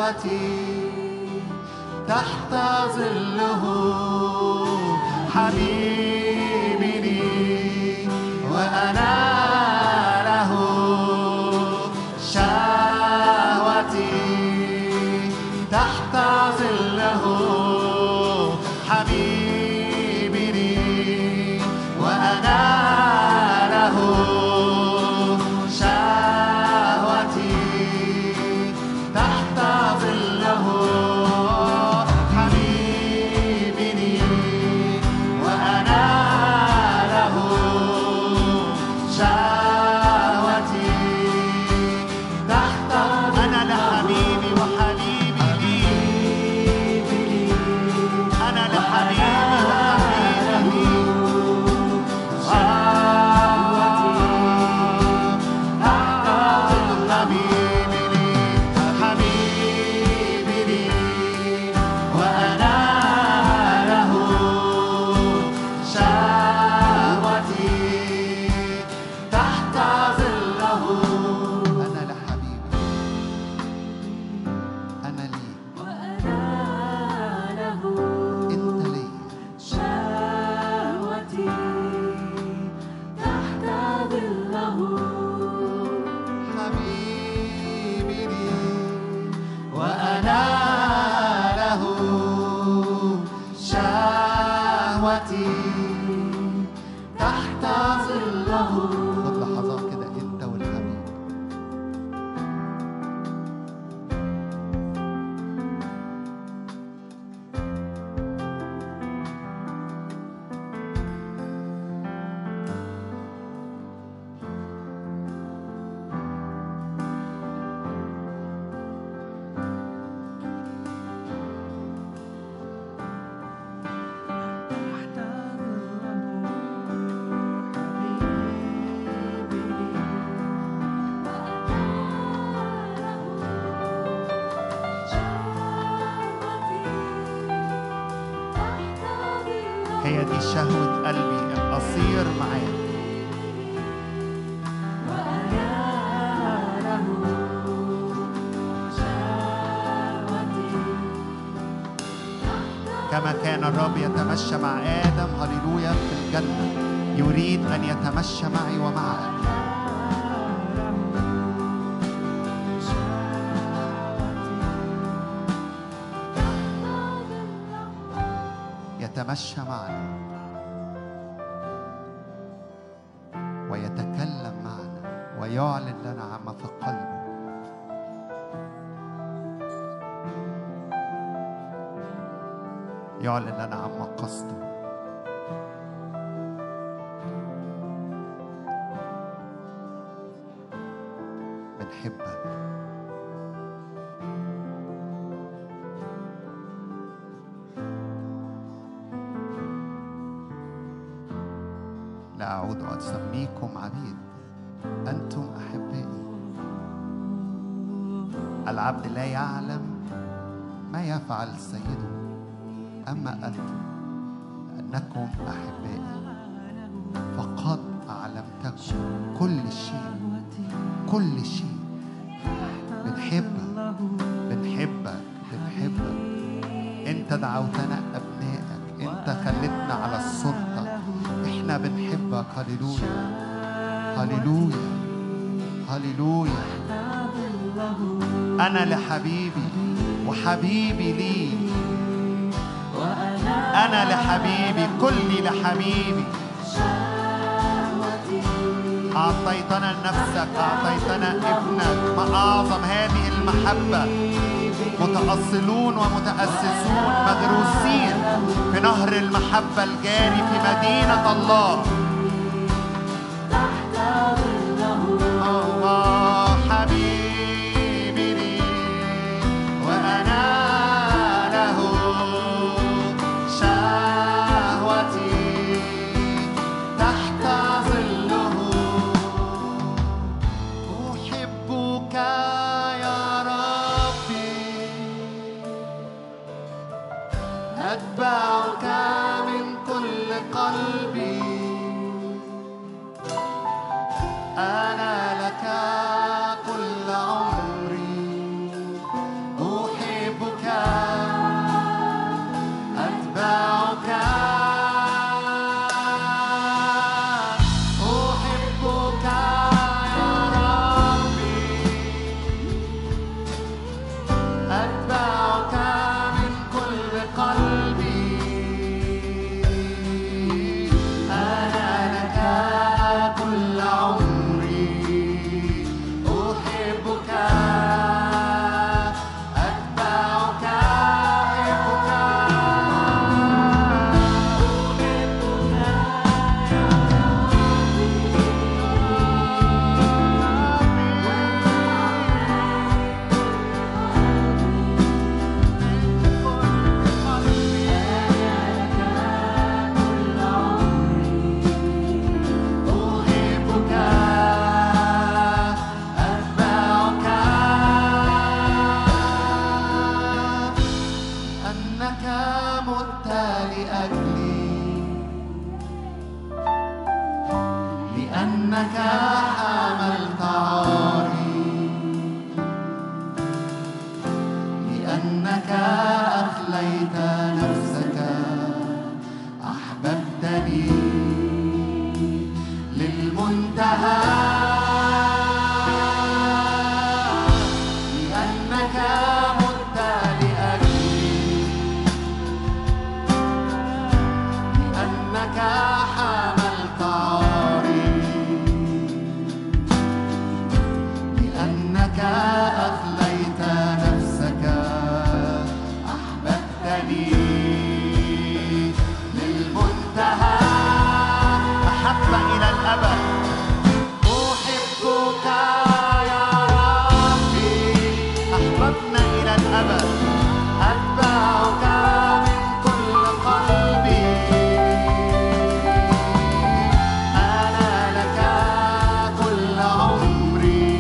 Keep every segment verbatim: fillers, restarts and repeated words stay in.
تحت ظله حبيبي لي وأنا له شهوتي تحت ظله حبيبي لي وأنا له شهوتي تحت ظله هي دي شهوة قلبي أن أصير معاه. كما كان الرب يتمشى مع آدم هللويا في الجنة، يريد أن يتمشى معي ومعك. يتمشى معنا ويتكلم معنا ويعلن لنا عما في قلبه. يعلن لنا عما قصده. بنحبك. لا أعود وأسميكم عبيد، أنتم أحبائي. العبد لا يعلم ما يفعل سيده، أما أنتم لأنكم أحبائي فقد أعلمتكم كل شيء. كل شيء. بنحبك بنحبك بنحبك. أنت دعوتنا أبنائك، أنت خلتنا على السلطة. إحنا بنحبك. هللويا هللويا هللويا. أنا لحبيبي وحبيبي لي. أنا لحبيبي، كلي لحبيبي. أعطيتنا نفسك، أعطيتنا ابنك. ما أعظم هذه المحبة. متأصلون ومتأسسون مغروسين في نهر المحبة الجاري في مدينة الله. الله حبيبي لي وأنا له شهوتي تحت ظله. أحبك يا ربي، أتبعك من كل قلبي. أنا لك كل عمري. أحبك لأنك حملت عاري، لأنك أخليت نفسك أحببتني للمنتهى، لأنك مت لأجلي، لأنك حملت عاري، لأنك أخليت نفسك أحببتني للمنتهى. أحب إلى الأبد، أحبك يا ربي، أحببنا إلى الأبد، أتبعك من كل قلبي، أنا لك كل عمري،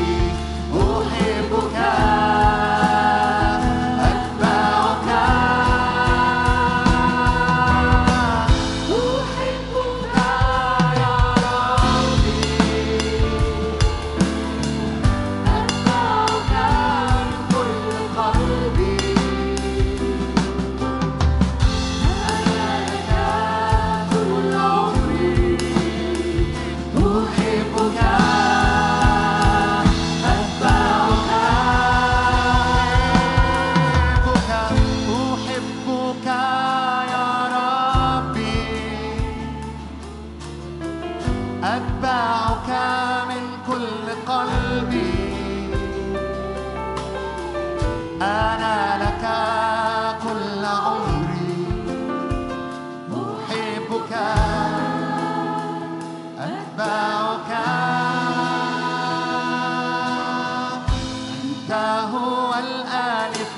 أحبك أتبعك، أحبك يا ربي، أتبعك من كل قلبي، أنا لك كل عمري، أحبك أتبعك، أحبك أحبك يا ربي، أتبعك من كل قلبي، أنا لك كل عمري، أحبك أتبعك، أنت هو الألف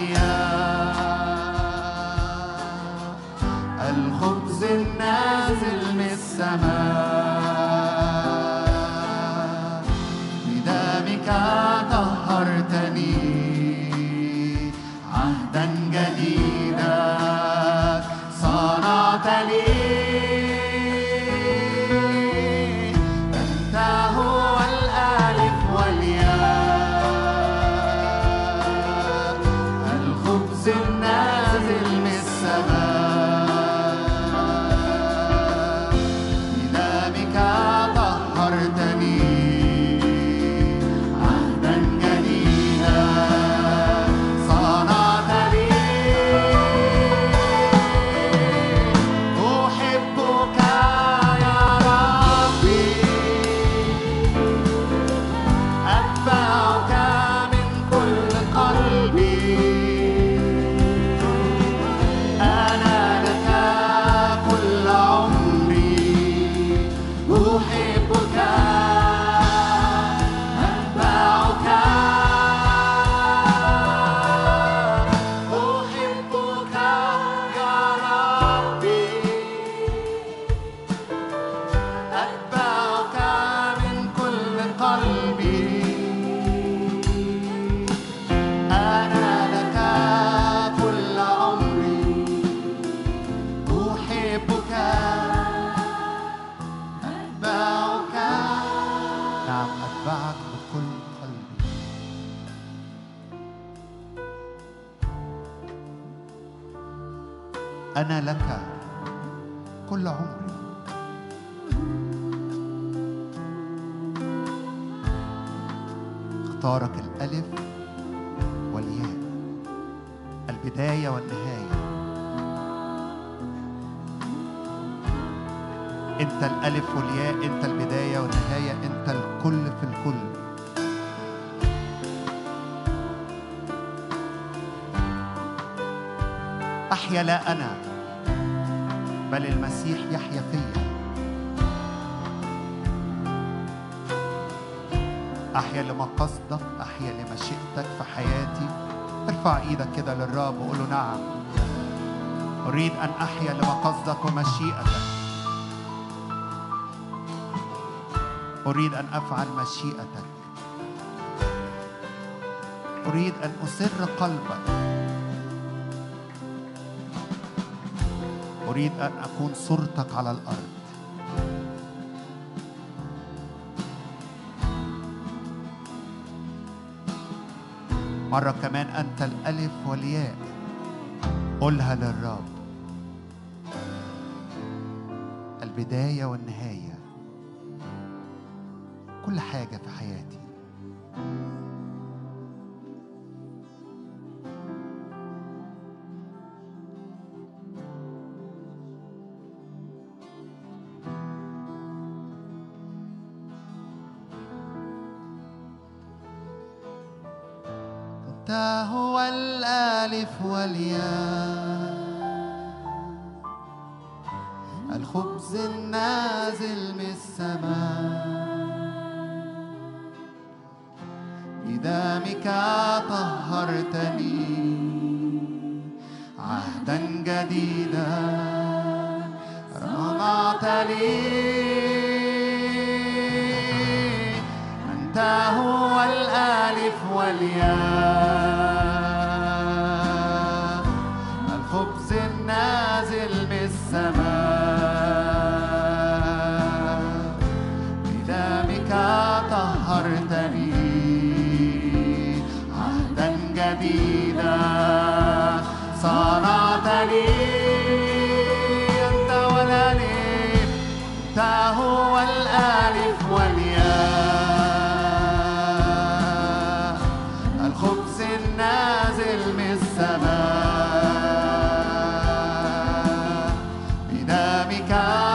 والياء، الخبز النازل من السماء، بدمك طهرتني عهدا جديدا صنعت لي، أنت هو الألف والياء، الخبز النازل من السماء، بدمك طهرتني عهدا جديدا صنعت لي، أحبك يا ربي، أتبعك من كل قلبي، أنا لك كل عمري، أحبك أتبعك، أحبك يا ربي، أتبعك من كل قلبي، أنا لك كل عمري، أحبك أتبعك، نعم أتبعك بكل قلبي. أنا لك كل عمري، اختارك الألف والياء، البداية والنهاية، أنت الألف والياء، أنت البداية والنهاية، أنت الكل في الكل. أحيا لا أنا بل المسيح يحيا فيا، أحيا لمقصدك، أحيا لمشيئتك في حياتي. ارفع إيدك كده للرب وقول له نعم، أريد أن أحيا لمقصدك ومشيئتك، أريد أن أفعل مشيئتك، أريد أن أسر قلبك، أريد أن أكون صورتك على الأرض. مرة كمان أنت الألف والياء. قولها للرب، البداية والنهاية، كل حاجة في حياتي. أنت هو الألف والياء، الخبز النازل من السماء، بدمك طهرتني عهدا جديدا رضعت لي. أنت هو الألف والياء، الخبز النازل من السماء، بدمك طهرتني عهدا جديدا صنعت لي. أنت والألف، أنت هو الألف والياء، الخبز النازل من السماء، بدمك